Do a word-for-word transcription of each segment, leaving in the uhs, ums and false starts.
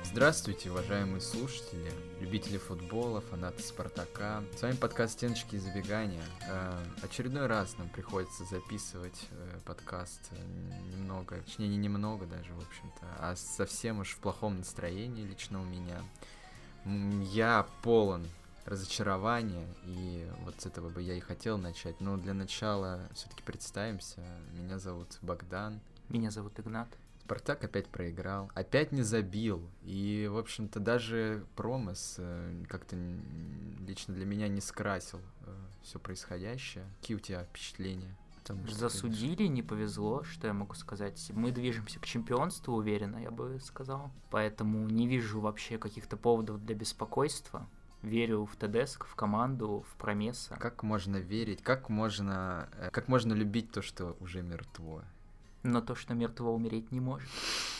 Здравствуйте, уважаемые слушатели, любители футбола, фанаты Спартака. С вами подкаст «Стеночки и забегания». Э, очередной раз нам приходится записывать э, подкаст немного, точнее не немного даже, в общем-то, а совсем уж в плохом настроении лично у меня. Я полон разочарования, и вот с этого бы я и хотел начать. Но для начала все-таки представимся. Меня зовут Богдан. Меня зовут Игнат. Спартак опять проиграл, опять не забил, и, в общем-то, даже промыс э, как-то лично для меня не скрасил э, все происходящее. Какие у тебя впечатления? Тому, Засудили, не повезло, что я могу сказать. Мы движемся к чемпионству уверенно, я бы сказал. Поэтому не вижу вообще каких-то поводов для беспокойства. Верю в Тедеско, в команду, в Промеса. Как можно верить, как можно, э, как можно любить то, что уже мертво? Но то, что мертво, умереть не может.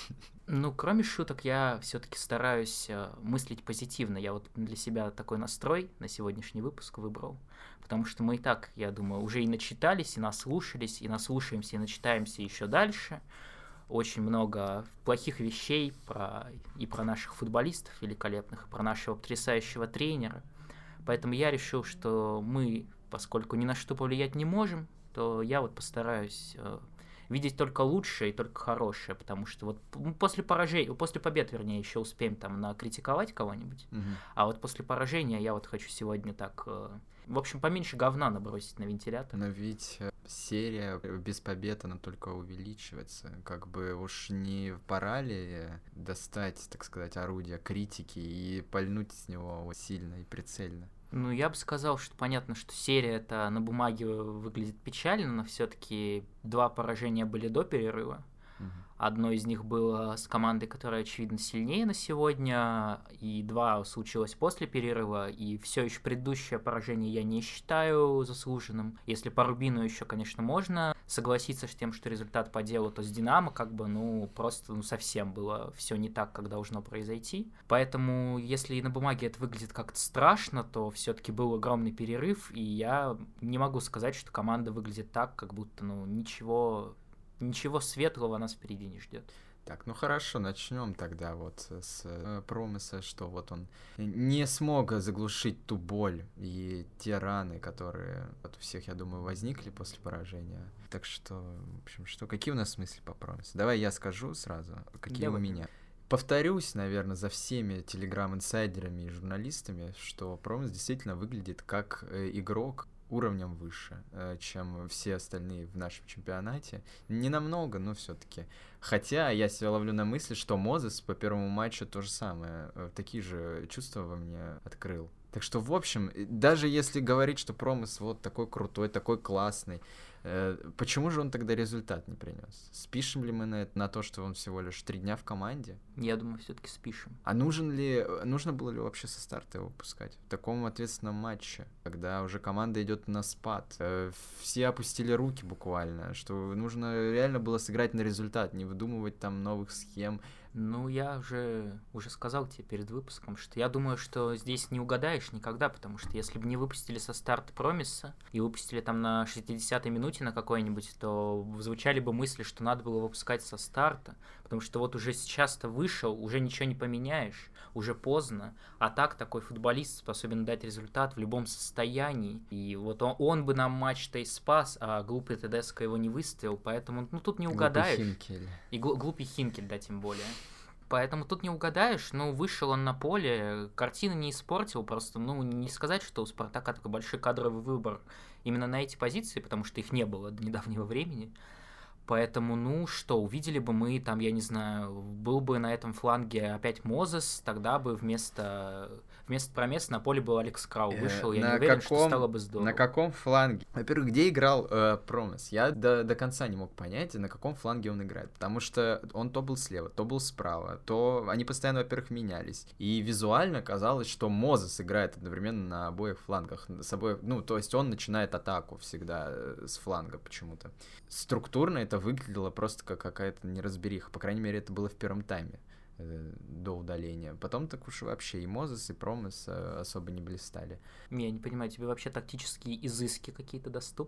Ну, кроме шуток, я все-таки стараюсь э, мыслить позитивно. Я вот для себя такой настрой на сегодняшний выпуск выбрал. Потому что мы и так, я думаю, уже и начитались, и наслушались, и наслушаемся, и начитаемся еще дальше. Очень много плохих вещей про, и про наших футболистов великолепных, и про нашего потрясающего тренера. Поэтому я решил, что мы, поскольку ни на что повлиять не можем, то я вот постараюсь... Э, видеть только лучшее и только хорошее, потому что вот после поражения, после побед, вернее, еще успеем там накритиковать кого-нибудь, угу. А вот после поражения я вот хочу сегодня так, в общем, поменьше говна набросить на вентилятор. Но ведь серия без побед, она только увеличивается, как бы уж не пора ли достать, так сказать, орудие критики и пальнуть с него сильно и прицельно? Ну, я бы сказал, что понятно, что серия это на бумаге выглядит печально, но все-таки два поражения были до перерыва. Uh-huh. Одно из них было с командой, которая, очевидно, сильнее на сегодня, и два случилось после перерыва, и все еще предыдущее поражение я не считаю заслуженным. Если по Рубину еще, конечно, можно согласиться с тем, что результат по делу, то с Динамо как бы, ну, просто ну, совсем было все не так, как должно произойти. Поэтому, если и на бумаге это выглядит как-то страшно, то все-таки был огромный перерыв, и я не могу сказать, что команда выглядит так, как будто, ну, ничего... Ничего светлого нас впереди не ждет. Так, ну хорошо, начнем тогда вот с э, Промеса, что вот он не смог заглушить ту боль и те раны, которые вот у всех, я думаю, возникли после поражения. Так что, в общем, что, какие у нас мысли по Промесу? Давай я скажу сразу, какие Давай. у меня. Повторюсь, наверное, за всеми телеграм-инсайдерами и журналистами, что Промес действительно выглядит как э, игрок уровнем выше, чем все остальные в нашем чемпионате. Не намного, но все-таки. Хотя я себя ловлю на мысли, что Мозес по первому матчу то же самое, такие же чувства во мне открыл. Так что, в общем, даже если говорить, что Промес вот такой крутой, такой классный, э, почему же он тогда результат не принес? Спишем ли мы на это, на то, что он всего лишь три дня в команде? Я думаю, все-таки спишем. А нужен ли, нужно было ли вообще со старта его выпускать? В таком ответственном матче, когда уже команда идет на спад. Э, все опустили руки буквально, что нужно реально было сыграть на результат, не выдумывать там новых схем. Ну, я уже, уже сказал тебе перед выпуском, что я думаю, что здесь не угадаешь никогда, потому что если бы не выпустили со старта Промеса и выпустили там на шестидесятой минуте на какой-нибудь, то звучали бы мысли, что надо было выпускать со старта, потому что вот уже сейчас-то вышел, уже ничего не поменяешь, уже поздно, а так такой футболист способен дать результат в любом состоянии, и вот он, он бы нам матч-то и спас, а глупый Тедеско его не выставил, поэтому ну тут не угадаешь. Глупый Хинкель. И гл- глупый Хинкель, да, тем более. Поэтому тут не угадаешь, ну, вышел он на поле, картину не испортил, просто, ну, не сказать, что у Спартака такой большой кадровый выбор именно на эти позиции, потому что их не было до недавнего времени. Поэтому, ну что, увидели бы мы, там, я не знаю, был бы на этом фланге опять Мозес, тогда бы вместо, вместо Промеса на поле был Алекс Крау вышел, э, я не уверен, каком, что стало бы здорово. На каком фланге? Во-первых, где играл э, Промес? Я до, до конца не мог понять, на каком фланге он играет, потому что он то был слева, то был справа, то они постоянно, во-первых, менялись. И визуально казалось, что Мозес играет одновременно на обоих флангах, с обоих, ну, то есть он начинает атаку всегда с фланга почему-то. Структурно это выглядело просто как какая-то неразбериха. По крайней мере, это было в первом тайме э, до удаления. Потом так уж вообще и Мозес, и Промес э, особо не блистали. Я не понимаю, тебе вообще тактические изыски какие-то доступны?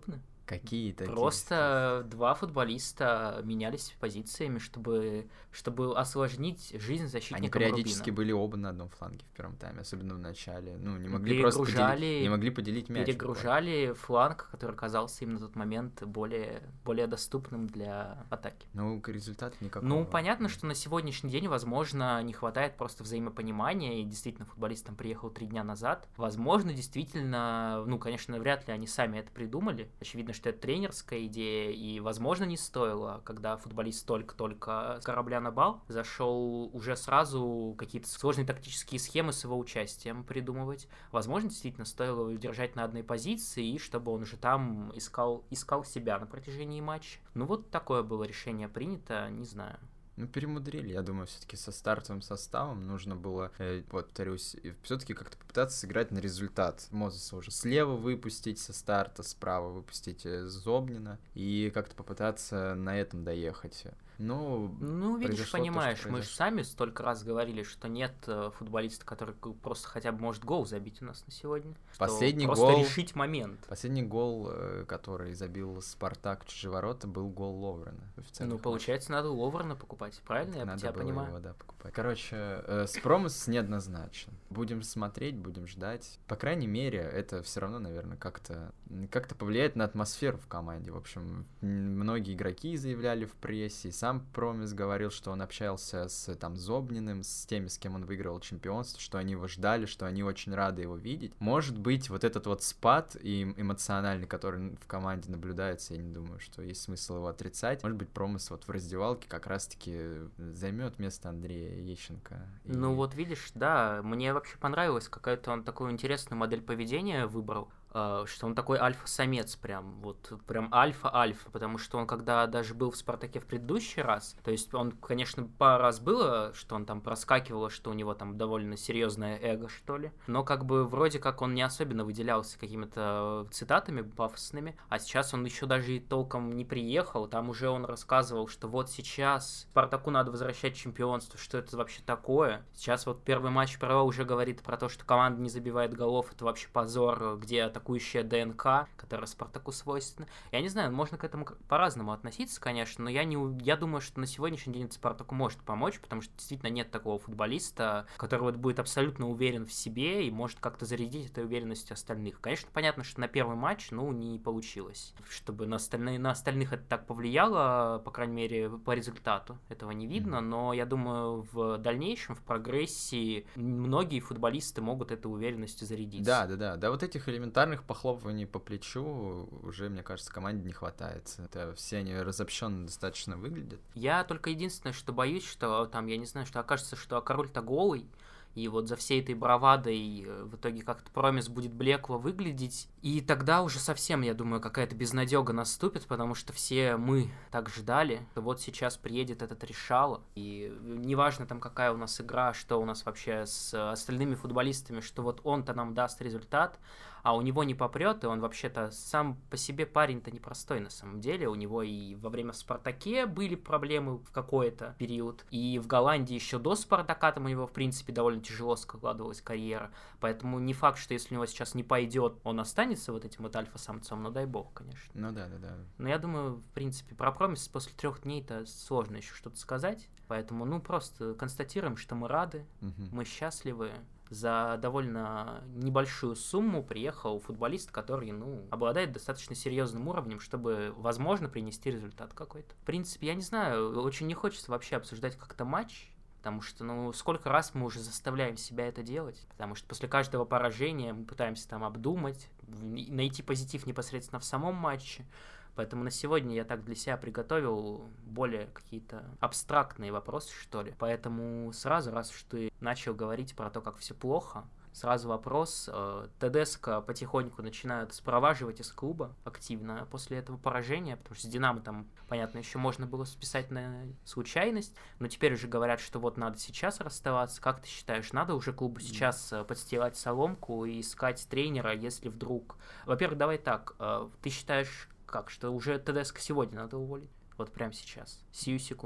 Какие такие? Просто два футболиста менялись позициями, чтобы, чтобы осложнить жизнь защитникам Они периодически Рубина. были оба на одном фланге в первом тайме, особенно в начале. Ну, не могли просто Перегружали, поделить, не могли поделить мяч. перегружали фланг, который казался им на тот момент более, более доступным для атаки. Ну, результат никакого. Ну, понятно, что на сегодняшний день, возможно, не хватает просто взаимопонимания, и действительно футболист там приехал три дня назад. Возможно, действительно, ну, конечно, вряд ли они сами это придумали. Очевидно, что это тренерская идея, и, возможно, не стоило, когда футболист только-только с корабля на бал зашел уже сразу какие-то сложные тактические схемы с его участием придумывать. Возможно, действительно стоило его держать на одной позиции, и чтобы он уже там искал, искал себя на протяжении матча. Ну, вот такое было решение принято, не знаю. Ну, перемудрили, я думаю, все-таки со стартовым составом нужно было, э, вот, повторюсь, все-таки как-то попытаться сыграть на результат. Мозеса уже слева выпустить со старта, справа выпустить Зобнина и как-то попытаться на этом доехать. Ну, ну, видишь, понимаешь, то, мы же сами столько раз говорили, что нет футболиста, который просто хотя бы может гол забить у нас на сегодня. Последний просто гол, решить момент. Последний гол, который забил Спартак в чужие ворота, был гол Ловрена. Ну, получается, надо Ловрена покупать, правильно? Я надо тебя было понимаю. Его, да, покупать. Короче, э, Спромос неоднозначен. Будем смотреть, будем ждать. По крайней мере, это все равно, наверное, как-то как-то повлияет на атмосферу в команде. В общем, многие игроки заявляли в прессе, и сам Промис говорил, что он общался с там Зобниным, с теми, с кем он выиграл чемпионство, что они его ждали, что они очень рады его видеть. Может быть, вот этот вот спад и эмоциональный, который в команде наблюдается, я не думаю, что есть смысл его отрицать. Может быть, Промис вот в раздевалке как раз-таки займет место Андрея Ещенко. И... Ну вот видишь, да, мне вообще понравилось, какая-то он такую интересную модель поведения выбрал, что он такой альфа-самец прям, вот прям альфа-альфа, потому что он когда даже был в «Спартаке» в предыдущий раз, то есть он, конечно, пару раз было, что он там проскакивало, что у него там довольно серьезное эго, что ли, но как бы вроде как он не особенно выделялся какими-то цитатами пафосными, а сейчас он еще даже и толком не приехал, там уже он рассказывал, что вот сейчас «Спартаку» надо возвращать чемпионство, что это вообще такое, сейчас вот первый матч ПРО уже говорит про то, что команда не забивает голов, это вообще позор, где атакующая ДНК, которая Спартаку свойственна. Я не знаю, можно к этому по-разному относиться, конечно, но я, не, я думаю, что на сегодняшний день Спартаку может помочь, потому что действительно нет такого футболиста, который вот будет абсолютно уверен в себе и может как-то зарядить этой уверенностью остальных. Конечно, понятно, что на первый матч, ну, не получилось. Чтобы на остальные, на остальных это так повлияло, по крайней мере, по результату этого не видно, но я думаю, в дальнейшем, в прогрессии многие футболисты могут этой уверенностью зарядиться. Да, да, да. Да, вот этих элементарных похлопываний по плечу уже, мне кажется, команде не хватает. Это все они разобщенно достаточно выглядят. Я только единственное, что боюсь, что там, я не знаю, что окажется, что король-то голый, и вот за всей этой бравадой в итоге как-то Промис будет блекло выглядеть. И тогда уже совсем, я думаю, какая-то безнадега наступит, потому что все мы так ждали. Вот сейчас приедет этот решало. И неважно там, какая у нас игра, что у нас вообще с остальными футболистами, что вот он-то нам даст результат, а у него не попрет, и он вообще-то сам по себе парень-то непростой на самом деле. У него и во время в «Спартаке» были проблемы в какой-то период, и в Голландии еще до «Спартака» там у него, в принципе, довольно тяжело складывалась карьера. Поэтому не факт, что если у него сейчас не пойдет, он останется вот этим вот альфа-самцом, но дай бог, конечно. Ну да, да, да. Но я думаю, в принципе, про Промис после трех дней-то сложно еще что-то сказать. Поэтому, ну, просто констатируем, что мы рады, угу. мы счастливы. За довольно небольшую сумму приехал футболист, который, ну, обладает достаточно серьезным уровнем, чтобы, возможно, принести результат какой-то. В принципе, я не знаю, очень не хочется вообще обсуждать как-то матч, потому что, ну, сколько раз мы уже заставляем себя это делать, потому что после каждого поражения мы пытаемся там обдумать, найти позитив непосредственно в самом матче. Поэтому на сегодня я так для себя приготовил более какие-то абстрактные вопросы, что ли. Поэтому сразу, раз уж ты начал говорить про то, как все плохо, сразу вопрос. ТДСК потихоньку начинают спроваживать из клуба активно после этого поражения, потому что с «Динамо» там, понятно, еще можно было списать на случайность, но теперь уже говорят, что вот надо сейчас расставаться. Как ты считаешь, надо уже клубу сейчас подстилать соломку и искать тренера, если вдруг... Во-первых, давай так, ты считаешь... Как, что уже ТДСК сегодня надо уволить? Вот прямо сейчас, сию секунду.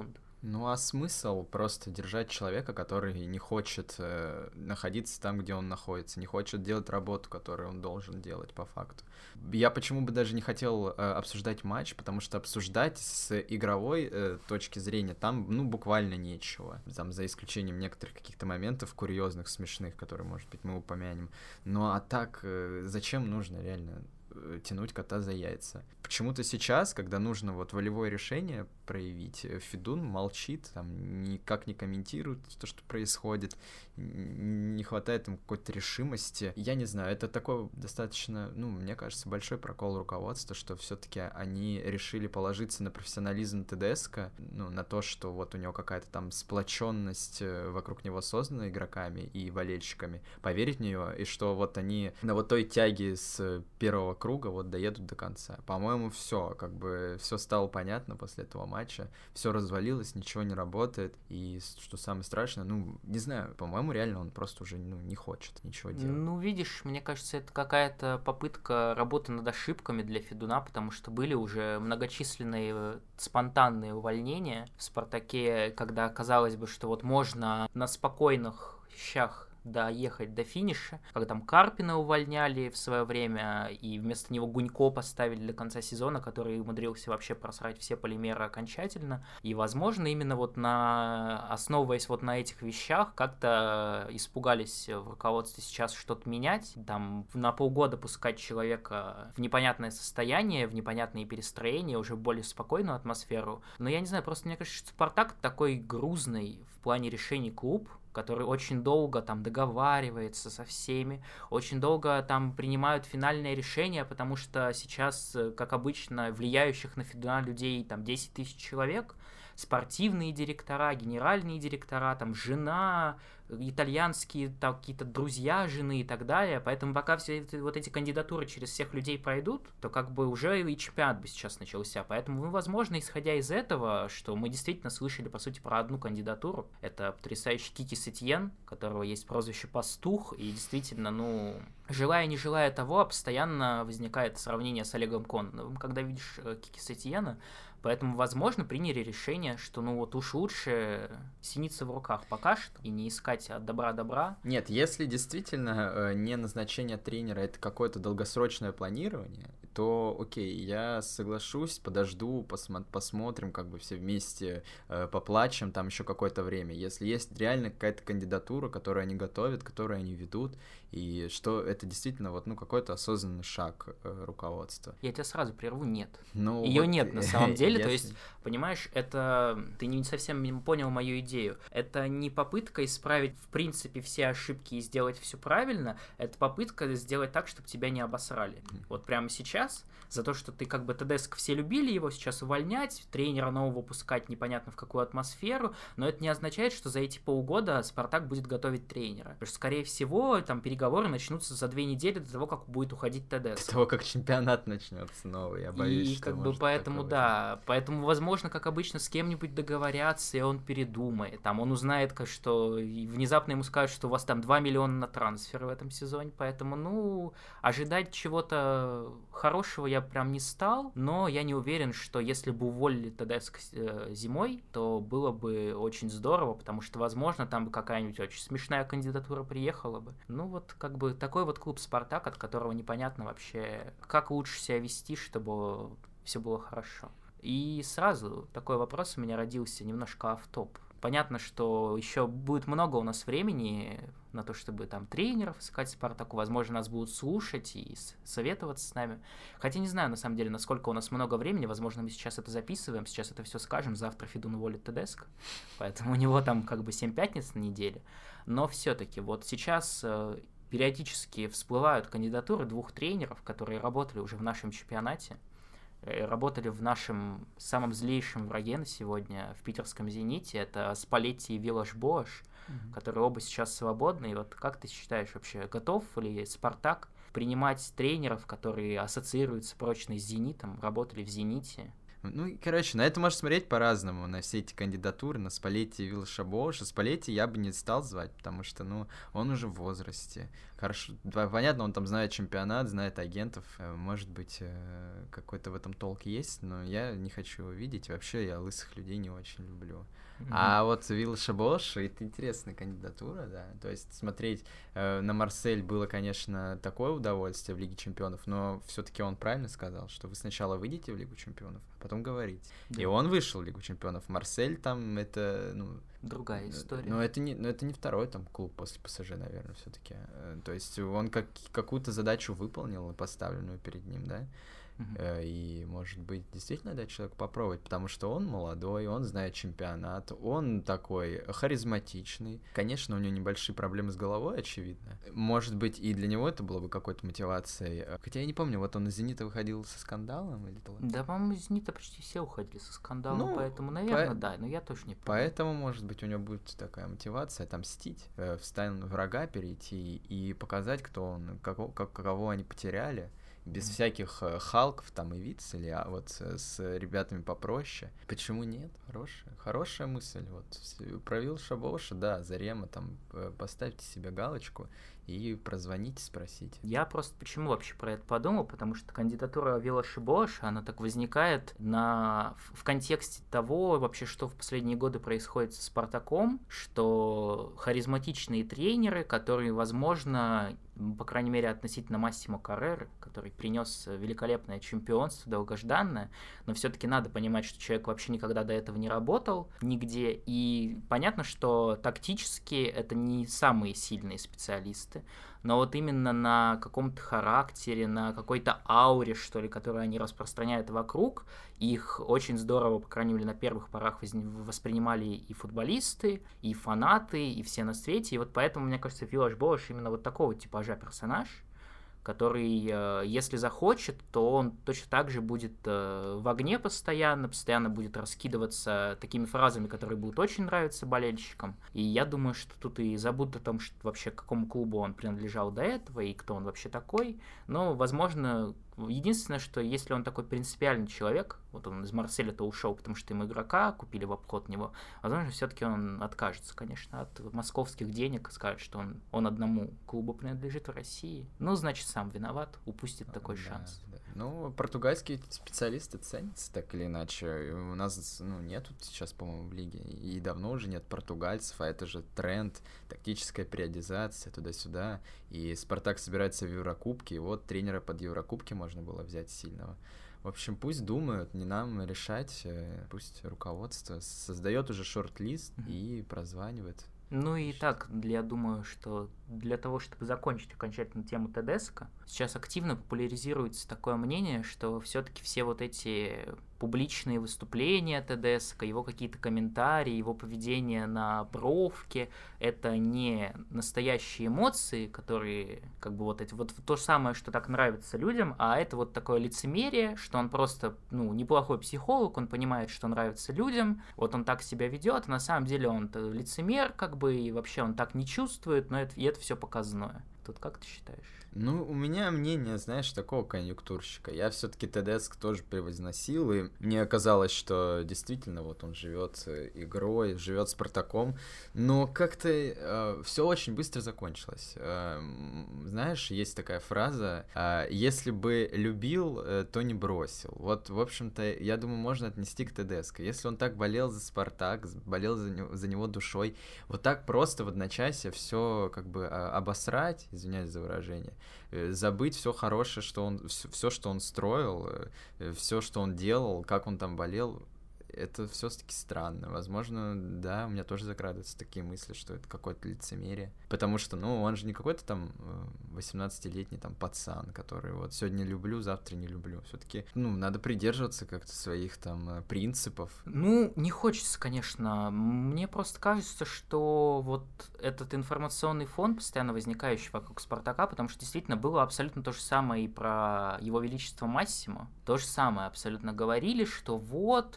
Ну а смысл просто держать человека, который не хочет э, находиться там, где он находится, не хочет делать работу, которую он должен делать по факту. Я почему бы даже не хотел э, обсуждать матч, потому что обсуждать с игровой э, точки зрения там, ну, буквально нечего. Там, за исключением некоторых каких-то моментов курьезных, смешных, которые, может быть, мы упомянем. Ну а так, э, зачем нужно реально тянуть кота за яйца? Почему-то сейчас, когда нужно вот волевое решение проявить, Федун молчит, там никак не комментирует то, что происходит, не хватает им какой-то решимости. Я не знаю, это такой достаточно, ну, мне кажется, большой прокол руководства, что все-таки они решили положиться на профессионализм ТДСК, ну, на то, что вот у него какая-то там сплоченность вокруг него создана игроками и болельщиками, поверить в нее, и что вот они на вот той тяге с первого круга вот доедут до конца. По-моему, все, как бы все стало понятно после этого матча, все развалилось, ничего не работает, и что самое страшное, ну, не знаю, по-моему, реально он просто уже, ну, не хочет ничего делать. Ну, видишь, мне кажется, это какая-то попытка работы над ошибками для Федуна, потому что были уже многочисленные спонтанные увольнения в «Спартаке», когда казалось бы, что вот можно на спокойных щах доехать до финиша, когда там Карпина увольняли в свое время, и вместо него Гунько поставили до конца сезона, который умудрился вообще просрать все полимеры окончательно. И, возможно, именно вот на основываясь вот на этих вещах, как-то испугались в руководстве сейчас что-то менять, там на полгода пускать человека в непонятное состояние, в непонятные перестроения, уже в более спокойную атмосферу. Но я не знаю, просто мне кажется, что «Спартак» такой грузный в плане решений клуб, который очень долго там договаривается со всеми, очень долго там принимают финальное решение, потому что сейчас, как обычно, влияющих на Федуна людей там десять тысяч человек, спортивные директора, генеральные директора, там жена, итальянские там, какие-то друзья жены и так далее, поэтому пока все эти, вот эти кандидатуры через всех людей пройдут, то как бы уже и чемпионат бы сейчас начался, поэтому, ну, возможно, исходя из этого, что мы действительно слышали, по сути, про одну кандидатуру, это потрясающий Кики Сетьен, у которого есть прозвище Пастух, и действительно, ну, желая не желая того, постоянно возникает сравнение с Олегом Кононовым, когда видишь Кики Сетьена. Поэтому, возможно, приняли решение, что ну вот уж лучше синица в руках пока что и не искать от добра добра. Нет, если действительно не назначение тренера, это какое-то долгосрочное планирование, то окей, я соглашусь, подожду, посмо- посмотрим, как бы все вместе э, поплачем там еще какое-то время. Если есть реально какая-то кандидатура, которую они готовят, которую они ведут, и что это действительно вот, ну, какой-то осознанный шаг э, руководства. Я тебя сразу прерву, нет. Ну, Ее вот, нет на самом деле, если... то есть, понимаешь, это... Ты не совсем понял мою идею. Это не попытка исправить, в принципе, все ошибки и сделать все правильно, это попытка сделать так, чтобы тебя не обосрали. Вот прямо сейчас, за то, что ты как бы ТДСК все любили его сейчас увольнять, тренера нового пускать непонятно в какую атмосферу, но это не означает, что за эти полгода Спартак будет готовить тренера. Потому что, скорее всего, там переговоры начнутся за две недели до того, как будет уходить ТДСК. До того, как чемпионат начнется новый, я боюсь, и что как бы поэтому, такое. Да, поэтому, возможно, как обычно, с кем-нибудь договорятся, и он передумает. Там он узнает, что внезапно ему скажут, что у вас там два миллиона на трансфер в этом сезоне, поэтому, ну, ожидать чего-то хорошего я прям не стал, но я не уверен, что если бы уволили ТДСК зимой, то было бы очень здорово, потому что, возможно, там бы какая-нибудь очень смешная кандидатура приехала бы. Ну, вот как бы такой вот клуб «Спартак», от которого непонятно вообще, как лучше себя вести, чтобы все было хорошо. И сразу такой вопрос у меня родился, немножко офф-топ. Понятно, что еще будет много у нас времени на то, чтобы там тренеров искать Спартаку. Возможно, нас будут слушать и советоваться с нами. Хотя не знаю, на самом деле, насколько у нас много времени. Возможно, мы сейчас это записываем, сейчас это все скажем. Завтра Федун уволит ТДСК. Поэтому у него там как бы семь пятниц на неделе. Но все-таки вот сейчас э, периодически всплывают кандидатуры двух тренеров, которые работали уже в нашем чемпионате. Работали в нашем самом злейшем враге на сегодня, в питерском «Зените». Это Спалетти и Виллаш-Боаш, mm-hmm. которые оба сейчас свободны. И вот как ты считаешь вообще, готов ли «Спартак» принимать тренеров, которые ассоциируются прочно с «Зенитом», работали в «Зените»? Ну, и, короче, на это можно смотреть по-разному, на все эти кандидатуры, на Спалетти и Виллаша Боуша. Спалетти я бы не стал звать, потому что, ну, он уже в возрасте. Хорошо, понятно, он там знает чемпионат, знает агентов, может быть, какой-то в этом толк есть, но я не хочу его видеть, вообще я лысых людей не очень люблю. Mm-hmm. А вот Виллаша Боуша — это интересная кандидатура, да, то есть смотреть э, на Марсель было, конечно, такое удовольствие в Лиге Чемпионов, но все-таки он правильно сказал, что вы сначала выйдете в Лигу Чемпионов, а потом говорите. Yeah. И он вышел в Лигу Чемпионов. Марсель там это, ну... Другая история. Но это не, но это не второй там клуб после ПСЖ, наверное, все-таки. То есть он как, какую-то задачу выполнил, поставленную перед ним, да? Uh-huh. И, может быть, действительно дать человеку попробовать, потому что он молодой, он знает чемпионат, он такой харизматичный. Конечно, у него небольшие проблемы с головой, очевидно. Может быть, и для него это было бы какой-то мотивацией. Хотя я не помню, вот он из «Зенита» выходил со скандалом или то? Да, по-моему, из «Зенита» почти все уходили со скандалом, ну, поэтому, наверное, по... да, но я точно не помню. Поэтому, может быть, у него будет такая мотивация отомстить, в сторону врага перейти и показать, кто он, как, как, кого они потеряли. Без mm-hmm. всяких э, Халков там и Вицелей, а вот с, с ребятами попроще. Почему нет? Хорошая, хорошая мысль. Вот про Виллаша Боуша, да, Зарема, там поставьте себе галочку и прозвоните, спросите. Я просто почему вообще про это подумал, потому что кандидатура Виллаша Боуша, она так возникает на, в контексте того, вообще, что в последние годы происходит со Спартаком, что харизматичные тренеры, которые, возможно, по крайней мере, относительно Массимо Карреры, который принес великолепное чемпионство, долгожданное, но все-таки надо понимать, что человек вообще никогда до этого не работал нигде, и понятно, что тактически это не самые сильные специалисты, но вот именно на каком-то характере, на какой-то ауре, что ли, которую они распространяют вокруг, их очень здорово, по крайней мере, на первых порах воспринимали и футболисты, и фанаты, и все на свете, и вот поэтому, мне кажется, Виллаш Боуш именно вот такого типажа персонаж, который, если захочет, то он точно так же будет в огне постоянно, постоянно будет раскидываться такими фразами, которые будут очень нравиться болельщикам. И я думаю, что тут и забудут о том, что вообще к какому клубу он принадлежал до этого и кто он вообще такой. Но, возможно, единственное, что если он такой принципиальный человек, вот он из Марселя-то ушел, потому что ему игрока купили в обход него, возможно, все-таки он откажется, конечно, от московских денег и скажет, что он, он одному клубу принадлежит в России. Ну, значит, сам виноват, упустит такой да, шанс. Да. Ну, португальские специалисты ценятся так или иначе. У нас, ну, нету сейчас, по-моему, в лиге, и давно уже нет португальцев, а это же тренд, тактическая периодизация туда-сюда, и Спартак собирается в Еврокубке, и вот тренера под Еврокубки можно было взять сильного. В общем, пусть думают, не нам решать, пусть руководство создает уже шорт-лист mm-hmm. и прозванивает. Ну и так, я думаю, что для того, чтобы закончить окончательно тему ТДСК, сейчас активно популяризируется такое мнение, что все-таки все вот эти публичные выступления ТДСК, его какие-то комментарии, его поведение на бровке, это не настоящие эмоции, которые как бы вот эти, вот то же самое, что так нравится людям, а это вот такое лицемерие, что он просто, ну, неплохой психолог, он понимает, что нравится людям, вот он так себя ведет, а на самом деле он лицемер, как бы, и вообще он так не чувствует, но это, и это все показное. Тут как ты считаешь? Ну, у меня мнение, знаешь, такого конъюнктурщика. Я все-таки ТДСК тоже превозносил, и мне казалось, что действительно вот он живет игрой, живет Спартаком, но как-то э, все очень быстро закончилось. Э, знаешь, есть такая фраза: э, если бы любил, э, то не бросил. Вот, в общем-то, я думаю, можно отнести к ТДСК. Если он так болел за Спартак, болел за него, за него душой, вот так просто в одночасье все как бы обосрать, извиняюсь за выражение, забыть все хорошее, что он, все, что он строил, все, что он делал, как он там болел, это все-таки странно. Возможно, да, у меня тоже закрадываются такие мысли, что это какое-то лицемерие. Потому что, ну, он же не какой-то там восемнадцатилетний там пацан, который вот сегодня люблю, завтра не люблю. Все-таки, ну, надо придерживаться как-то своих там принципов. Ну, не хочется, конечно. Мне просто кажется, что вот этот информационный фон, постоянно возникающий вокруг Спартака, потому что действительно было абсолютно то же самое и про Его Величество Массимо. То же самое абсолютно говорили, что вот все вот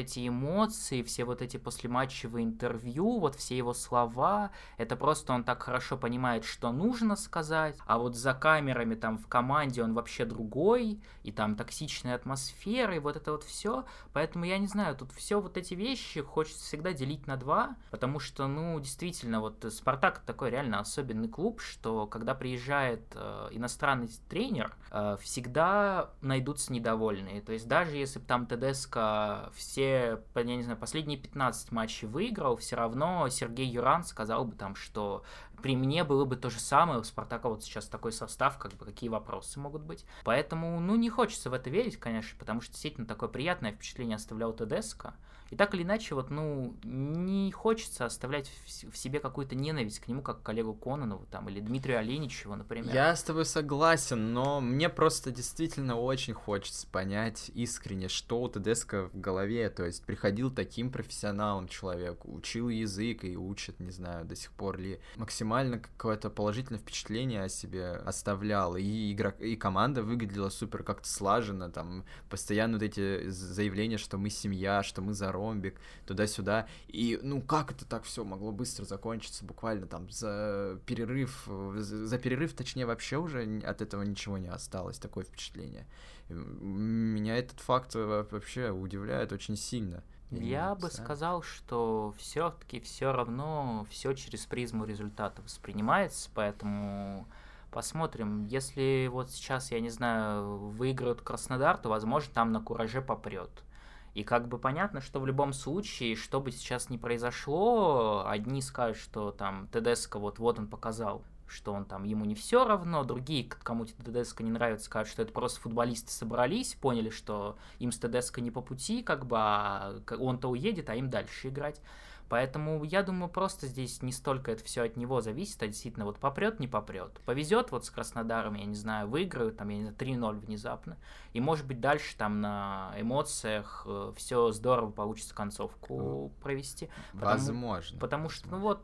эти эмоции, все вот эти послематчевые интервью, вот все его слова, это просто он так хорошо понимает, что нужно сказать, а вот за камерами там в команде он вообще другой, и там токсичная атмосфера, и вот это вот все. Поэтому я не знаю, тут все вот эти вещи хочется всегда делить на два, потому что, ну, действительно, вот Спартак такой реально особенный клуб, что когда приезжает э, иностранный тренер, э, всегда найдутся недовольные. То есть даже если бы там Тедеско все, я не знаю, последние пятнадцать матчей выиграл, все равно Сергей Юран сказал бы там, что при мне было бы то же самое, у Спартака вот сейчас такой состав, как бы какие вопросы могут быть. Поэтому, ну, не хочется в это верить, конечно, потому что действительно такое приятное впечатление оставлял Тедеско. И так или иначе, вот, ну, не хочется оставлять в себе какую-то ненависть к нему, как к Олегу Кононову, там, или Дмитрию Оленичеву, например. Я с тобой согласен, но мне просто действительно очень хочется понять искренне, что у Тедеско в голове, то есть приходил таким профессионалом человек, учил язык и учит, не знаю, до сих пор ли, максимально какое-то положительное впечатление о себе оставлял, и игрок, и команда выглядела супер как-то слаженно, там, постоянно вот эти заявления, что мы семья, что мы за ромбик, туда-сюда, и, ну, как это так все могло быстро закончиться, буквально там за перерыв, за перерыв, точнее, вообще уже от этого ничего не осталось, такое впечатление. Меня этот факт вообще удивляет очень сильно. Я бы сказал, что все-таки все равно все через призму результата воспринимается, поэтому посмотрим. Если вот сейчас, я не знаю, выиграют Краснодар, то, возможно, там на кураже попрет. И как бы понятно, что в любом случае, что бы сейчас ни произошло, одни скажут, что там Тедеско вот, вот он показал, что он там, ему не все равно, другие, кому Тедеско не нравится, скажут, что это просто футболисты собрались, поняли, что им с Тедеско не по пути, как бы, а он-то уедет, а им дальше играть. Поэтому я думаю, просто здесь не столько это все от него зависит, а действительно вот попрет, не попрет. Повезет вот с Краснодаром, я не знаю, выиграют, там, я не знаю, три ноль внезапно. И может быть дальше там на эмоциях э, все здорово получится концовку провести. Потому, возможно. Потому что, ну вот,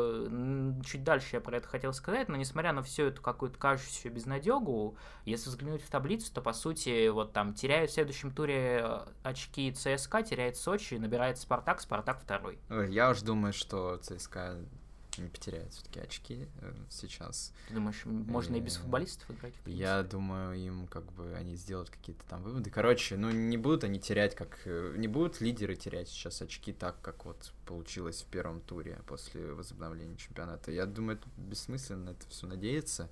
э, чуть дальше я про это хотел сказать, но несмотря на всю эту какую-то кажущуюся безнадегу, если взглянуть в таблицу, то по сути вот там теряют в следующем туре очки ЦСКА, теряет Сочи, набирает Спартак, Спартак второй. Я уж думаю, что ЦСКА не потеряет все-таки очки сейчас. Ты думаешь, можно и без футболистов играть? Я думаю, им как бы они сделают какие-то там выводы. Короче, ну не будут они терять, как не будут лидеры терять сейчас очки так, как вот получилось в первом туре после возобновления чемпионата. Я думаю, это бессмысленно, это все надеяться.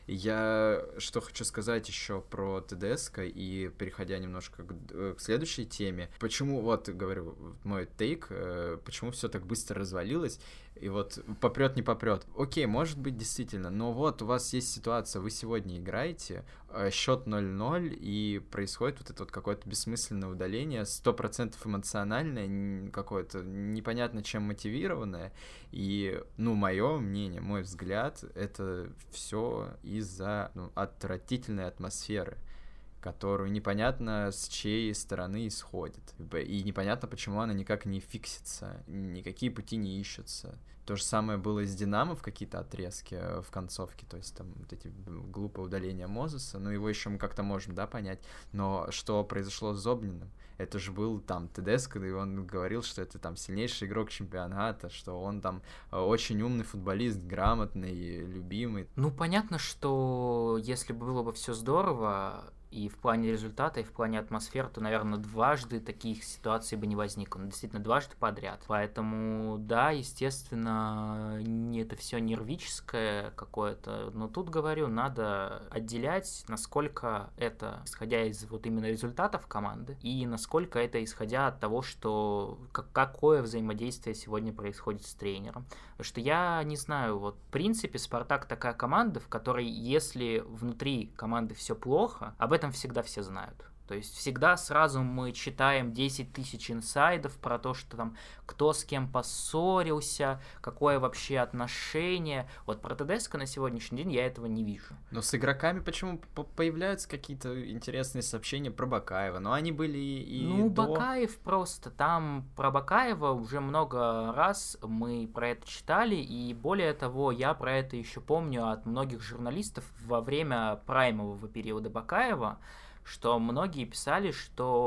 Я что хочу сказать еще про Тедеско, и переходя немножко к, к следующей теме, почему, вот, говорю, мой тейк, почему все так быстро развалилось, и вот попрет, не попрет. Окей, может быть, действительно, но вот у вас есть ситуация, вы сегодня играете, счет ноль ноль, и происходит вот это вот какое-то бессмысленное удаление, сто процентов эмоциональное, какое-то непонятно чем мотивированное, и, ну, мое мнение, мой взгляд, это все из-за ну, отвратительной атмосферы, которую непонятно с чьей стороны исходит. И непонятно, почему она никак не фиксится, никакие пути не ищутся. То же самое было с Динамо в какие-то отрезки в концовке, то есть там вот эти глупые удаления Мозеса, ну его еще мы как-то можем, да, понять, но что произошло с Зобниным? Это же был там Тедеско, и он говорил, что это там сильнейший игрок чемпионата, что он там очень умный футболист, грамотный, любимый. Ну, понятно, что если бы было бы все здорово, и в плане результата, и в плане атмосферы, то, наверное, дважды таких ситуаций бы не возникло. Ну, действительно, дважды подряд. Поэтому, да, естественно, это все нервическое какое-то. Но тут, говорю, надо отделять, насколько это исходя из вот именно результатов команды, и насколько это исходя от того, что какое взаимодействие сегодня происходит с тренером. Потому что я не знаю, вот в принципе Спартак такая команда, в которой если внутри команды все плохо, об этом всегда все знают. То есть всегда сразу мы читаем десять тысяч инсайдов про то, что там кто с кем поссорился, какое вообще отношение. Вот про Тедеско на сегодняшний день я этого не вижу. Но с игроками почему появляются какие-то интересные сообщения про Бакаева? Но они были и Ну, до... Бакаев просто. Там про Бакаева уже много раз мы про это читали, и более того, я про это еще помню от многих журналистов во время праймового периода Бакаева, что многие писали, что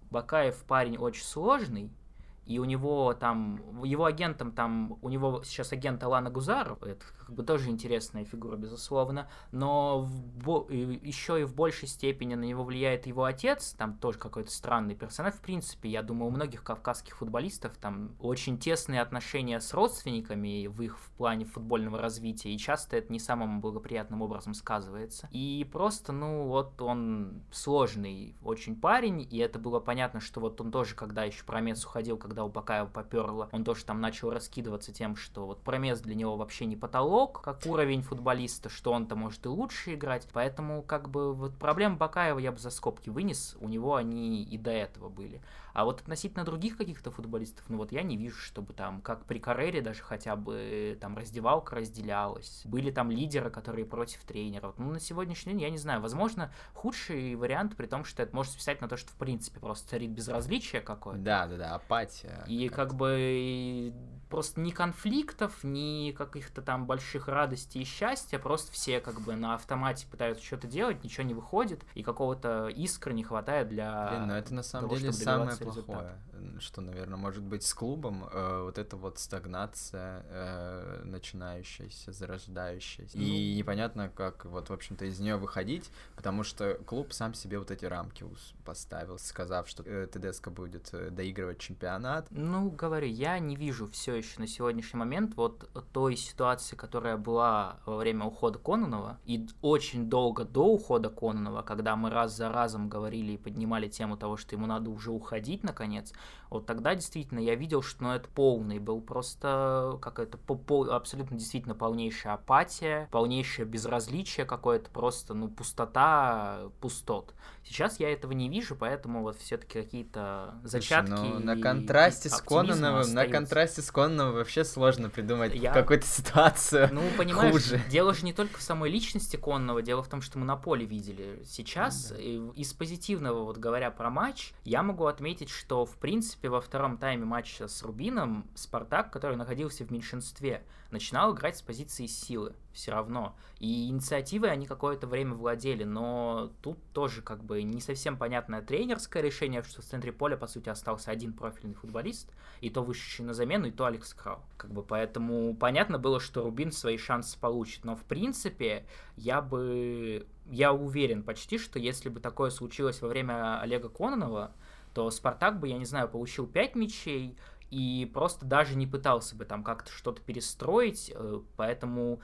Бакаев парень очень сложный, и у него там, его агентом там, у него сейчас агент Алана Гузаров, это как бы тоже интересная фигура, безусловно, но в бо- еще и в большей степени на него влияет его отец, там тоже какой-то странный персонаж. В принципе, я думаю, у многих кавказских футболистов там очень тесные отношения с родственниками в их в плане футбольного развития, и часто это не самым благоприятным образом сказывается. И просто, ну, вот он сложный очень парень, и это было понятно, что вот он тоже, когда еще Промес уходил, когда у Бакаева поперло, он тоже там начал раскидываться тем, что вот Промес для него вообще не потолок, как уровень футболиста, что он-то может и лучше играть, поэтому как бы вот проблемы Бакаева я бы за скобки вынес, у него они и до этого были. А вот относительно других каких-то футболистов, ну вот я не вижу, чтобы там, как при Каррере даже хотя бы там раздевалка разделялась, были там лидеры, которые против тренера. Ну на сегодняшний день я не знаю, возможно, худший вариант, при том, что это может списать на то, что в принципе просто царит безразличие какое-то. Да-да-да, апатия. И как бы просто ни конфликтов, ни каких-то там больших радостей и счастья, просто все как бы на автомате пытаются что-то делать, ничего не выходит, и какого-то искры не хватает для Блин, ну это на самом того, деле чтобы самое добиваться плохое, результата. что, наверное, может быть с клубом, э, вот эта вот стагнация э, начинающаяся, зарождающаяся, Ну, и непонятно, как вот, в общем-то, из нее выходить, потому что клуб сам себе вот эти рамки ус- поставил, сказав, что э, ТДСК будет э, доигрывать чемпионат. Ну, говорю, я не вижу все еще на сегодняшний момент вот той ситуации, которая была во время ухода Кононова, и очень долго до ухода Кононова, когда мы раз за разом говорили и поднимали тему того, что ему надо уже уходить, наконец, вот тогда действительно я видел, что ну, это полный был просто какая-то пол, абсолютно действительно полнейшая апатия, полнейшее безразличие какое-то, просто, ну, пустота пустот. Сейчас я этого не вижу, поэтому вот все-таки какие-то зачатки. Слушай, ну, на контрасте с Кононовым, на контрасте с Кононовым вообще сложно придумать я... какую-то ситуацию. Ну, понимаешь, хуже. Дело же не только в самой личности Кононова, дело в том, что мы на поле видели. Сейчас, mm-hmm. из позитивного, вот говоря про матч, я могу отметить, что, в принципе, во втором тайме матча с Рубином Спартак, который находился в меньшинстве, начинал играть с позиции силы все равно. И инициативой они какое-то время владели, но тут тоже как бы не совсем понятное тренерское решение, что в центре поля, по сути, остался один профильный футболист, и то вышедший на замену, и то Алекс Крау. Как бы поэтому понятно было, что Рубин свои шансы получит, но в принципе я бы... Я уверен почти, что если бы такое случилось во время Олега Кононова, то Спартак бы, я не знаю, получил пять мячей, и просто даже не пытался бы там как-то что-то перестроить, поэтому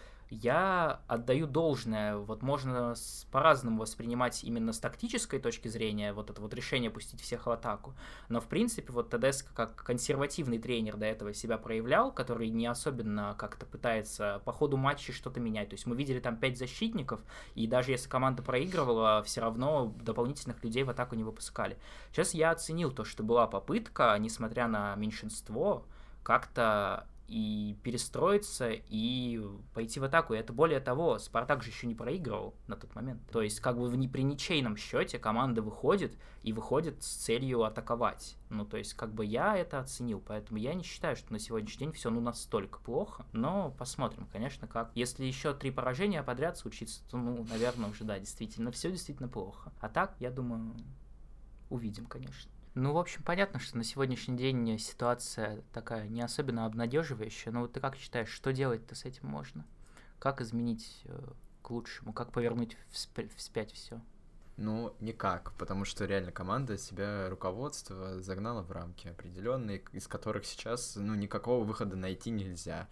я отдаю должное, вот можно с, по-разному воспринимать именно с тактической точки зрения, вот это вот решение пустить всех в атаку, но в принципе вот ТДСК как консервативный тренер до этого себя проявлял, который не особенно как-то пытается по ходу матча что-то менять, то есть мы видели там пять защитников, и даже если команда проигрывала, все равно дополнительных людей в атаку не выпускали. Сейчас я оценил то, что была попытка, несмотря на меньшинство, как-то и перестроиться, и пойти в атаку. И это более того, Спартак же еще не проигрывал на тот момент. То есть как бы в не при ничейном счете команда выходит, и выходит с целью атаковать. Ну, то есть как бы я это оценил, поэтому я не считаю, что на сегодняшний день все ну настолько плохо, но посмотрим, конечно, как. Если еще три поражения подряд случится, то, ну, наверное, уже, да, действительно, все действительно плохо. А так, я думаю, увидим, конечно. Ну, в общем, понятно, что на сегодняшний день ситуация такая не особенно обнадеживающая. Но вот ты как считаешь, что делать-то с этим можно? Как изменить э, к лучшему? Как повернуть всп- вспять все? Ну, никак, потому что реально команда себя, руководство загнало в рамки определенные, из которых сейчас, ну, никакого выхода найти нельзя.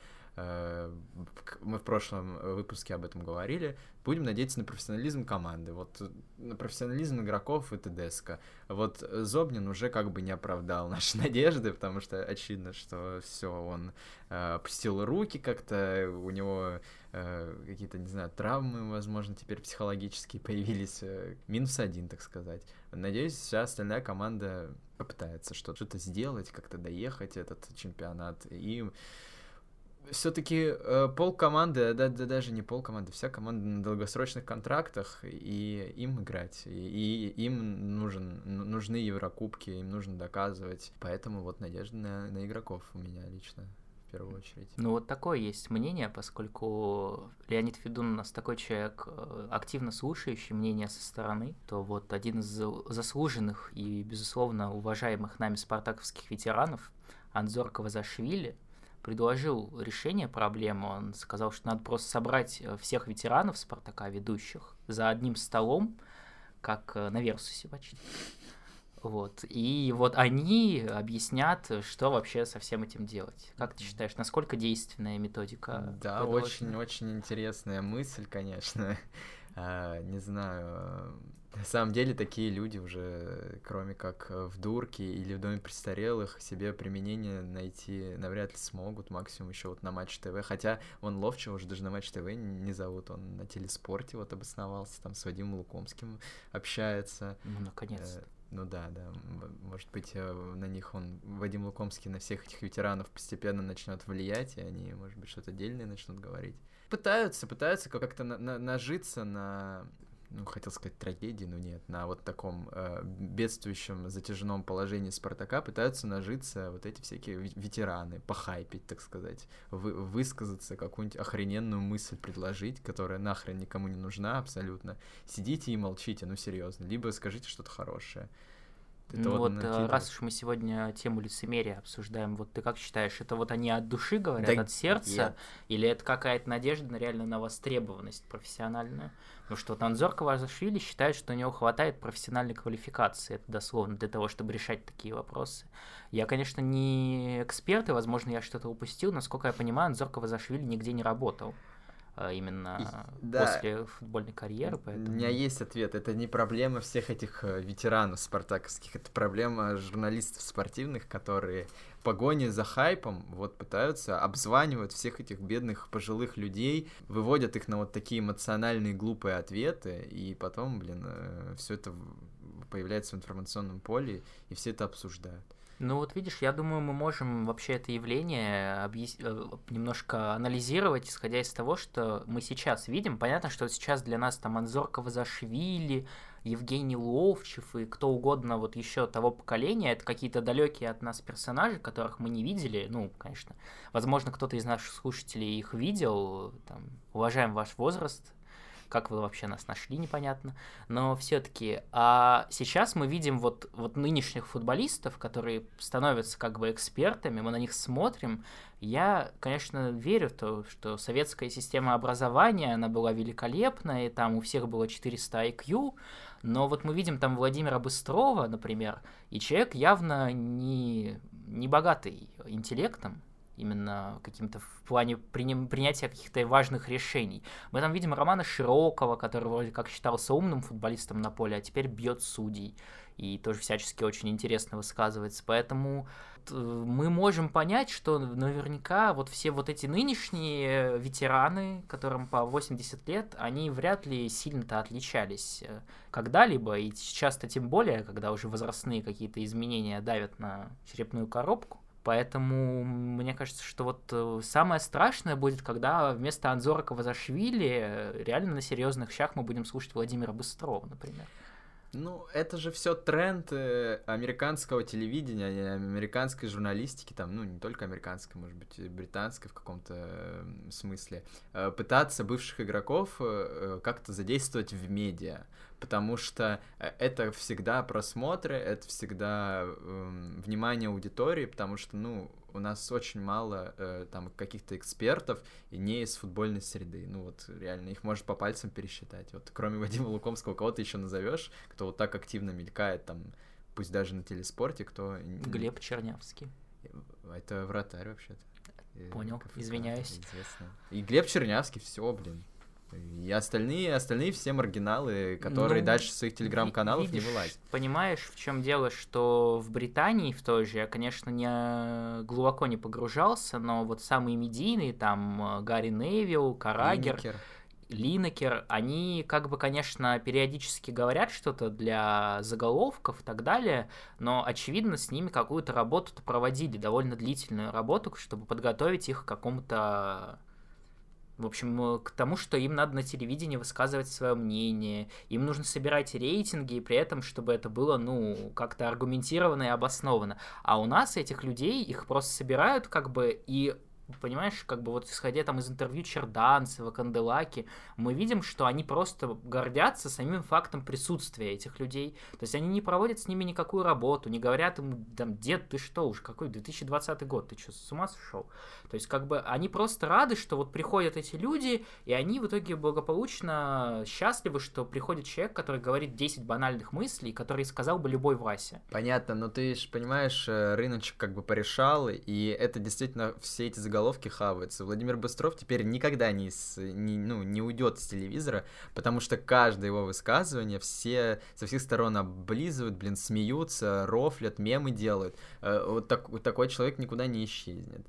Мы в прошлом выпуске об этом говорили. Будем надеяться на профессионализм команды, вот на профессионализм игроков и ТДСК. Вот Зобнин уже как бы не оправдал наши надежды, потому что очевидно, что все, он э, опустил руки как-то, у него э, какие-то, не знаю, травмы, возможно, теперь психологические появились. Минус один, так сказать. Надеюсь, вся остальная команда попытается что-то сделать, как-то доехать этот чемпионат, и все-таки э, пол команды, да, да даже не пол команды, вся команда на долгосрочных контрактах, и им играть, и, и им нужен, нужны Еврокубки, им нужно доказывать, поэтому вот надежда на, на игроков у меня лично, в первую очередь. Ну, вот такое есть мнение, поскольку Леонид Федун у нас такой человек, активно слушающий мнение со стороны, то вот один из заслуженных и, безусловно, уважаемых нами спартаковских ветеранов, Анзор Кавазашвили, предложил решение проблемы. Он сказал, что надо просто собрать всех ветеранов Спартака, ведущих, за одним столом, как на Версусе почти. Вот. И вот они объяснят, что вообще со всем этим делать. Как ты считаешь, насколько действенная методика? Да, очень-очень интересная мысль, конечно. А, не знаю. На самом деле такие люди уже, кроме как в дурке или в доме престарелых, себе применение найти навряд ли смогут, максимум еще вот на Матч ТВ, хотя он Ловчего уже даже на Матч ТВ не зовут, он на Телеспорте вот обосновался, там с Вадимом Лукомским общается. Ну, наконец-то. Ну да, да, может быть, на них он, Вадим Лукомский, на всех этих ветеранов постепенно начнет влиять, и они, может быть, что-то дельное начнут говорить. Пытаются, пытаются как-то на- на- нажиться на, ну, хотел сказать трагедии, но нет, на вот таком э, бедствующем, затяжном положении Спартака пытаются нажиться вот эти всякие ветераны, похайпить, так сказать, вы- высказаться, какую-нибудь охрененную мысль предложить, которая нахрен никому не нужна абсолютно. Сидите и молчите, ну серьезно, либо скажите что-то хорошее. Это ну вот, вот раз уж мы сегодня тему лицемерия обсуждаем, вот ты как считаешь, это вот они от души говорят, да, от сердца, нет. Или это какая-то надежда на реально на востребованность профессиональную? Потому что вот Анзор Кавазашвили считает, что у него хватает профессиональной квалификации, это дословно, для того, чтобы решать такие вопросы. Я, конечно, не эксперт, и, возможно, я что-то упустил, насколько я понимаю, Анзор Кавазашвили нигде не работал. Именно и, да, после футбольной карьеры. Поэтому... У меня есть ответ. Это не проблема всех этих ветеранов спартаковских, это проблема журналистов спортивных, которые в погоне за хайпом вот пытаются обзванивать всех этих бедных пожилых людей, выводят их на вот такие эмоциональные глупые ответы, и потом, блин, все это появляется в информационном поле, и все это обсуждают. Ну вот видишь, я думаю, мы можем вообще это явление объяс... немножко анализировать, исходя из того, что мы сейчас видим. Понятно, что сейчас для нас там Анзор Кавазашвили, Евгений Ловчев и кто угодно вот еще того поколения, это какие-то далекие от нас персонажи, которых мы не видели. Ну, конечно, возможно, кто-то из наших слушателей их видел. Там, уважаем ваш возраст. Как вы вообще нас нашли, непонятно. Но все-таки, а сейчас мы видим вот, вот нынешних футболистов, которые становятся как бы экспертами, мы на них смотрим. Я, конечно, верю в то, что советская система образования, она была великолепна, и там у всех было четыреста ай кью, но вот мы видим там Владимира Быстрова, например, и человек явно не, не богатый интеллектом, именно каким-то в плане приним, принятия каких-то важных решений. Мы там видим Романа Широкова, который вроде как считался умным футболистом на поле, а теперь бьет судей и тоже всячески очень интересно высказывается. Поэтому мы можем понять, что наверняка вот все вот эти нынешние ветераны, которым по восемьдесят лет, они вряд ли сильно-то отличались когда-либо, и сейчас-то тем более, когда уже возрастные какие-то изменения давят на черепную коробку. Поэтому мне кажется, что вот самое страшное будет, когда вместо Анзора Кавазашвили реально на серьезных щах мы будем слушать Владимира Быстрова, например. Ну, это же все тренд американского телевидения, американской журналистики, там, ну, не только американской, может быть, и британской в каком-то смысле, пытаться бывших игроков как-то задействовать в медиа, потому что это всегда просмотры, это всегда внимание аудитории, потому что, ну, у нас очень мало э, там каких-то экспертов и не из футбольной среды. Ну вот реально их может по пальцам пересчитать. Вот кроме Вадима Лукомского, кого ты еще назовешь, кто вот так активно мелькает там, пусть даже на Телеспорте, кто... Глеб Чернявский. Это вратарь вообще-то. Понял, КФК, извиняюсь. Известно. И Глеб Чернявский, все, блин. И остальные, остальные все маргиналы, которые ну, дальше своих телеграм-каналов видишь, не вылазят. Понимаешь, в чем дело, что в Британии в той же, я, конечно, не глубоко не погружался, но вот самые медийные, там, Гарри Невилл, Каррагер, Линекер. Линекер, они как бы, конечно, периодически говорят что-то для заголовков и так далее, но, очевидно, с ними какую-то работу-то проводили, довольно длительную работу, чтобы подготовить их к какому-то... В общем, к тому, что им надо на телевидении высказывать свое мнение, им нужно собирать рейтинги, и при этом, чтобы это было, ну, как-то аргументированно и обосновано. А у нас этих людей, их просто собирают, как бы, и понимаешь, как бы вот исходя там из интервью Черданцева, Канделаки, мы видим, что они просто гордятся самим фактом присутствия этих людей. То есть они не проводят с ними никакую работу, не говорят им, там, дед, ты что уж, какой две тысячи двадцатый год, ты что, с ума сошел? То есть как бы они просто рады, что вот приходят эти люди, и они в итоге благополучно счастливы, что приходит человек, который говорит десять банальных мыслей, который сказал бы любой Вася. Понятно, но ты же понимаешь, рыночек как бы порешал, и это действительно все эти заголовки хаваются. Владимир Быстров теперь никогда не, с, не, ну, не уйдет с телевизора, потому что каждое его высказывание все со всех сторон облизывают, блин, смеются, рофлят, мемы делают. Вот, так, вот такой человек никуда не исчезнет.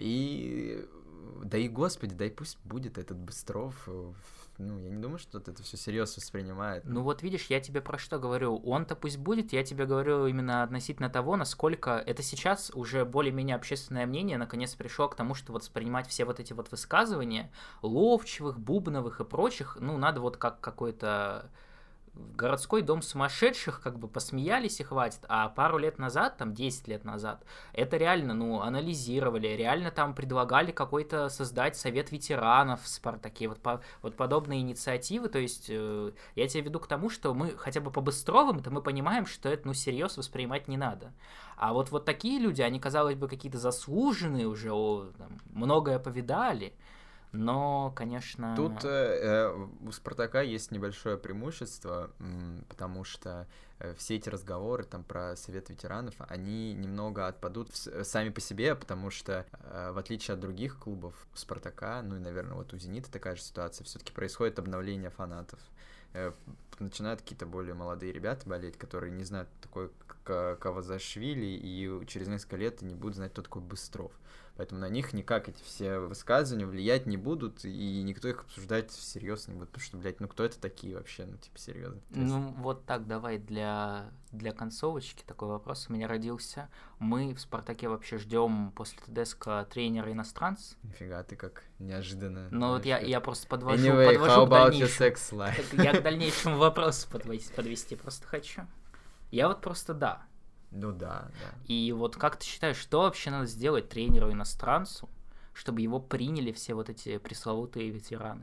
И да и господи, да и пусть будет этот Быстров. Ну, я не думаю, что это все серьезно воспринимает. Ну вот видишь, я тебе про что говорю. Он-то пусть будет, я тебе говорю именно относительно того, насколько это сейчас уже более-менее общественное мнение наконец пришло к тому, что вот воспринимать все вот эти вот высказывания Ловчевых, Бубновых и прочих, ну, надо вот как какой-то городской дом сумасшедших, как бы посмеялись и хватит, а пару лет назад, там десять лет назад, это реально, ну, анализировали, реально там предлагали какой-то создать совет ветеранов в Спартаке, вот, по, вот подобные инициативы, то есть э, я тебя веду к тому, что мы хотя бы по Быстровым-то мы понимаем, что это, ну, всерьез воспринимать не надо. А вот, вот такие люди, они, казалось бы, какие-то заслуженные уже, о, там, многое повидали. Но, конечно... Тут э, у Спартака есть небольшое преимущество, потому что э, все эти разговоры там про Совет ветеранов, они немного отпадут в, сами по себе, потому что, э, в отличие от других клубов, у Спартака, ну и, наверное, вот у Зенита такая же ситуация, все-таки происходит обновление фанатов. Э, начинают какие-то более молодые ребята болеть, которые не знают такой Кавазашвили, и через несколько лет не будут знать, кто такой Быстров. Поэтому на них никак эти все высказывания влиять не будут, и никто их обсуждать всерьез не будет, потому что, блядь, ну кто это такие вообще, ну типа серьезно. Ну вот так, давай для, для концовочки такой вопрос у меня родился. Мы в «Спартаке» вообще ждем после ТДСК тренера иностранца? Нифига, ты как неожиданно. Ну вот я, я просто подвожу, anyway, подвожу how к about дальнейшему. your sex life? Я к дальнейшему вопросу подвести, подвести просто хочу. Я вот просто да. Ну да, да. И вот как ты считаешь, что вообще надо сделать тренеру-иностранцу, чтобы его приняли все вот эти пресловутые ветераны?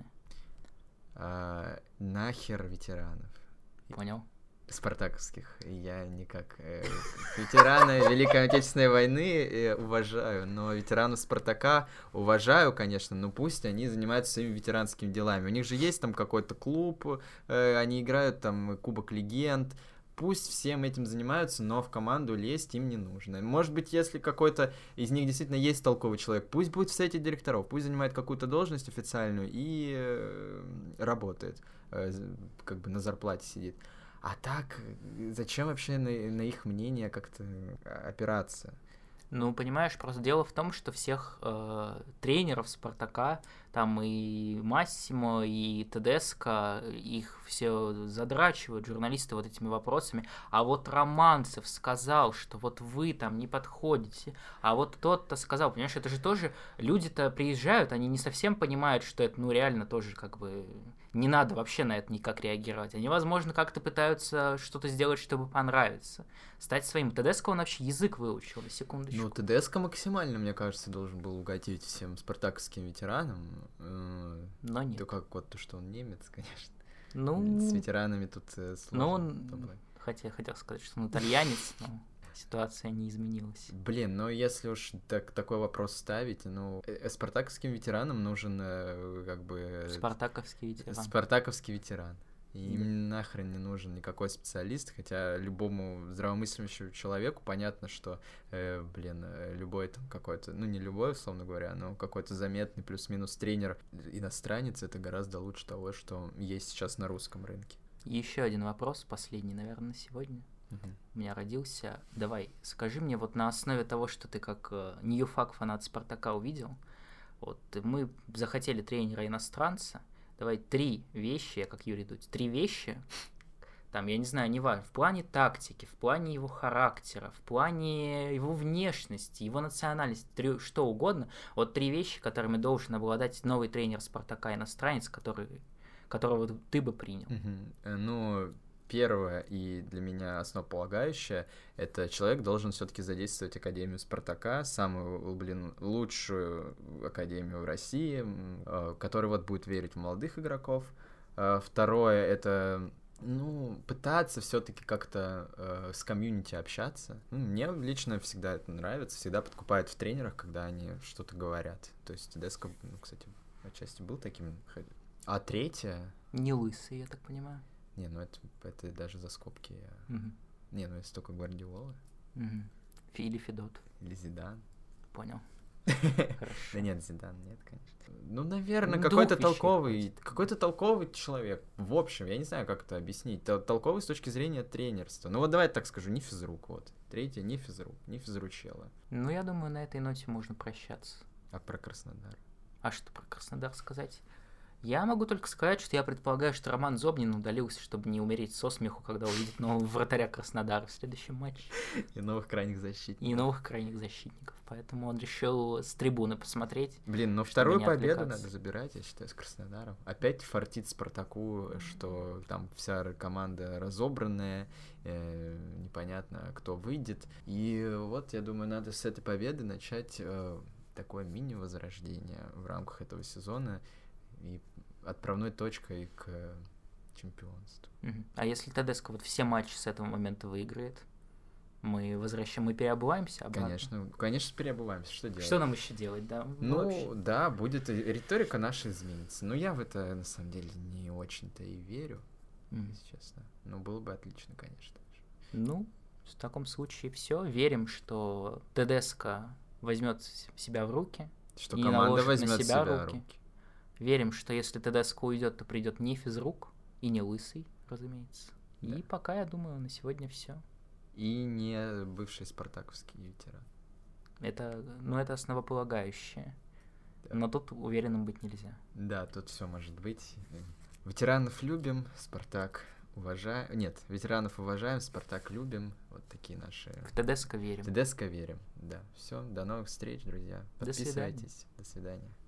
А, нахер ветеранов. Понял. Спартаковских. Я никак... Э, ветераны Великой Отечественной войны э, уважаю, но ветеранов Спартака уважаю, конечно, но пусть они занимаются своими ветеранскими делами. У них же есть там какой-то клуб, э, они играют там Кубок Легенд. Пусть всем этим занимаются, но в команду лезть им не нужно. Может быть, если какой-то из них действительно есть толковый человек, пусть будет в совете директоров, пусть занимает какую-то должность официальную и э, работает, э, как бы на зарплате сидит. А так, зачем вообще на, на их мнение как-то опираться? Ну, понимаешь, просто дело в том, что всех э, тренеров Спартака, там и Массимо, и Тедеско, их все задрачивают, журналисты, вот этими вопросами. А вот Романцев сказал, что вот вы там не подходите, а вот тот-то сказал, понимаешь, это же тоже, люди-то приезжают, они не совсем понимают, что это, ну, реально тоже как бы... Не надо вообще на это никак реагировать. Они, возможно, как-то пытаются что-то сделать, чтобы понравиться. Стать своим. Тедеско он вообще язык выучил, на секундочку. Ну, Тедеско максимально, мне кажется, должен был угодить всем спартаковским ветеранам. Но нет. Да как вот то, что он немец, конечно. Ну... С ветеранами тут сложно. Ну, он... Хотя, хотел сказать, что он итальянец, но... Ситуация не изменилась. Блин, ну если уж так, такой вопрос ставить, ну, э, спартаковским ветеранам нужен э, как бы... Спартаковский ветеран. Спартаковский ветеран. И им нахрен не нужен никакой специалист, хотя любому здравомыслящему человеку понятно, что, э, блин, любой там какой-то, ну не любой, условно говоря, но какой-то заметный плюс-минус тренер иностранец, это гораздо лучше того, что есть сейчас на русском рынке. Еще один вопрос, последний, наверное, на сегодня. Uh-huh. У меня родился. Давай, скажи мне, вот на основе того, что ты как э, ньюфак фанат Спартака увидел, вот мы захотели тренера иностранца, давай три вещи, я как Юрий Дудь, три вещи, там, я не знаю, не важно, в плане тактики, в плане его характера, в плане его внешности, его национальности, три, что угодно, вот три вещи, которыми должен обладать новый тренер Спартака иностранец, который, которого ты бы принял. Uh-huh. Ну... первое и для меня основополагающее, это человек должен все-таки задействовать Академию Спартака, самую, блин, лучшую академию в России, которая вот будет верить в молодых игроков. Второе, это, ну, пытаться все-таки как-то э, с комьюнити общаться. Ну, мне лично всегда это нравится, всегда подкупает в тренерах, когда они что-то говорят. То есть Тедеско, ну, кстати, отчасти был таким. А третье... Не лысый, я так понимаю. Не, ну это, это даже за скобки. Я... Угу. Не, ну это только Гвардиола. Угу. Или Федот. Или Зидан. Понял. Да нет, Зидан нет, конечно. Ну, наверное, какой-то толковый, какой-то толковый человек. В общем, я не знаю, как это объяснить. Толковый с точки зрения тренерства. Ну вот давай так скажу, не физрук, вот. Третье, не физрук, не физручела. Ну, я думаю, на этой ноте можно прощаться. А про Краснодар? А что про Краснодар сказать? Я могу только сказать, что я предполагаю, что Роман Зобнин удалился, чтобы не умереть со смеху, когда увидит нового вратаря Краснодара в следующем матче. И новых крайних защитников. И новых крайних защитников. Поэтому он решил с трибуны посмотреть. Блин, но вторую победу надо забирать, я считаю, с Краснодаром. Опять фартит Спартаку, что там вся команда разобранная, э, непонятно, кто выйдет. И вот, я думаю, надо с этой победы начать э, такое мини-возрождение в рамках этого сезона. И отправной точкой к чемпионству. Uh-huh. А если Тедеско вот все матчи с этого момента выиграет, мы возвращаем, мы переобуваемся обратно? Конечно, конечно, переобуваемся. Что делать? Что нам еще делать, да? Ну, вообще? Да, будет, риторика наша изменится. Но я в это, на самом деле, не очень-то и верю, mm. если честно. Но было бы отлично, конечно. Ну, в таком случае все. Верим, что Тедеско возьмет себя в руки. Что команда возьмет на себя, себя руки. руки. Верим, что если Тедеско уйдет, то придет не физрук и не лысый, разумеется. Да. И пока, я думаю, на сегодня все. И не бывший спартаковский ветеран. Это, ну, это основополагающее. Да. Но тут уверенным быть нельзя. Да, тут все может быть. Ветеранов любим, Спартак уважаем. Нет, ветеранов уважаем, Спартак любим. Вот такие наши. В Тедеско верим. В Тедеско верим. Да. Все, до новых встреч, друзья. Подписывайтесь. До свидания. До свидания.